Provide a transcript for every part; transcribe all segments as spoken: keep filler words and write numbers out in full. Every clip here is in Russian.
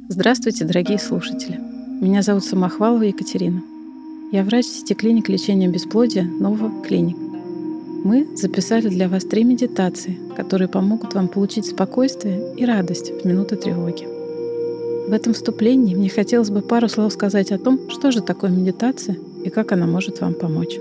Здравствуйте, дорогие слушатели! Меня зовут Самохвалова Екатерина. Я врач сети клиник лечения бесплодия Нова Клиник. Мы записали для вас три медитации, которые помогут вам получить спокойствие и радость в минуты тревоги. В этом вступлении мне хотелось бы пару слов сказать о том, что же такое медитация и как она может вам помочь.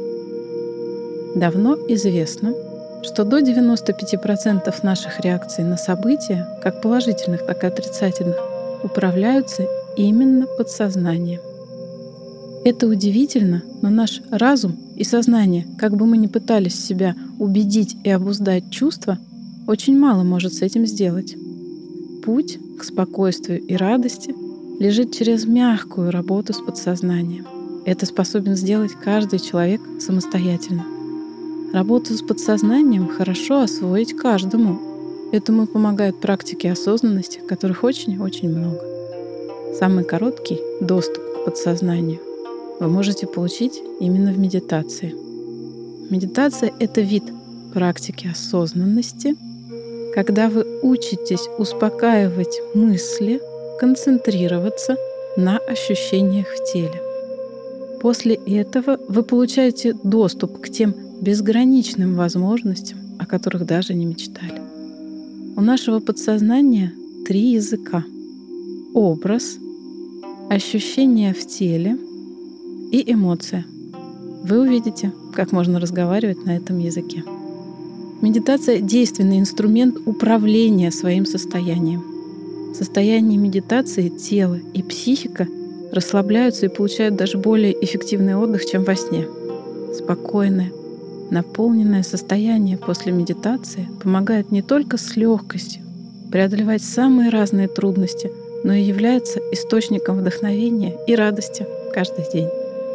Давно известно, что до девяноста пяти процентов наших реакций на события, как положительных, так и отрицательных, управляются именно подсознанием. Это удивительно, но наш разум и сознание, как бы мы ни пытались себя убедить и обуздать чувства, очень мало может с этим сделать. Путь к спокойствию и радости лежит через мягкую работу с подсознанием. Это способен сделать каждый человек самостоятельно. Работу с подсознанием хорошо освоить каждому. Этому помогают практики осознанности, которых очень-очень много. Самый короткий доступ к подсознанию вы можете получить именно в медитации. Медитация — это вид практики осознанности, когда вы учитесь успокаивать мысли, концентрироваться на ощущениях в теле. После этого вы получаете доступ к тем безграничным возможностям, о которых даже не мечтали. У нашего подсознания три языка: образ, ощущение в теле и эмоция. Вы увидите, как можно разговаривать на этом языке. Медитация — действенный инструмент управления своим состоянием. В состоянии медитации тело и психика расслабляются и получают даже более эффективный отдых, чем во сне. Спокойное, наполненное состояние после медитации помогает не только с легкостью преодолевать самые разные трудности, но и является источником вдохновения и радости каждый день.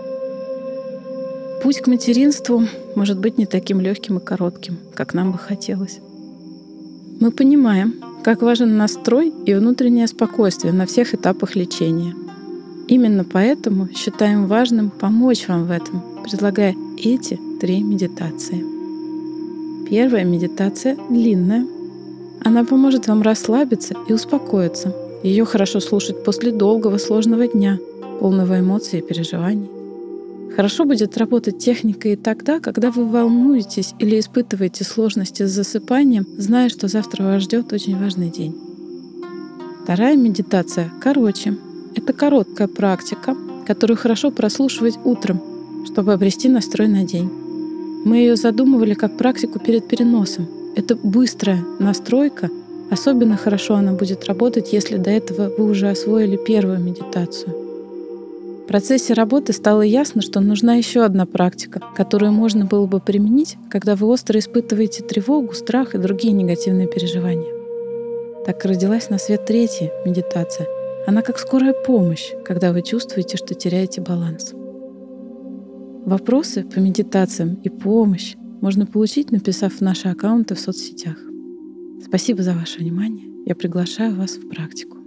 Путь к материнству может быть не таким легким и коротким, как нам бы хотелось. Мы понимаем, как важен настрой и внутреннее спокойствие на всех этапах лечения. Именно поэтому считаем важным помочь вам в этом, предлагая эти три медитации. Первая медитация длинная. Она поможет вам расслабиться и успокоиться. Ее хорошо слушать после долгого, сложного дня, полного эмоций и переживаний. Хорошо будет работать техника и тогда, когда вы волнуетесь или испытываете сложности с засыпанием, зная, что завтра вас ждет очень важный день. Вторая медитация короче. Это короткая практика, которую хорошо прослушивать утром, чтобы обрести настрой на день. Мы ее задумывали как практику перед переносом. Это быстрая настройка. Особенно хорошо она будет работать, если до этого вы уже освоили первую медитацию. В процессе работы стало ясно, что нужна еще одна практика, которую можно было бы применить, когда вы остро испытываете тревогу, страх и другие негативные переживания. Так родилась на свет третья медитация. Она как скорая помощь, когда вы чувствуете, что теряете баланс. Вопросы по медитациям и помощь можно получить, написав в наши аккаунты в соцсетях. Спасибо за ваше внимание. Я приглашаю вас в практику.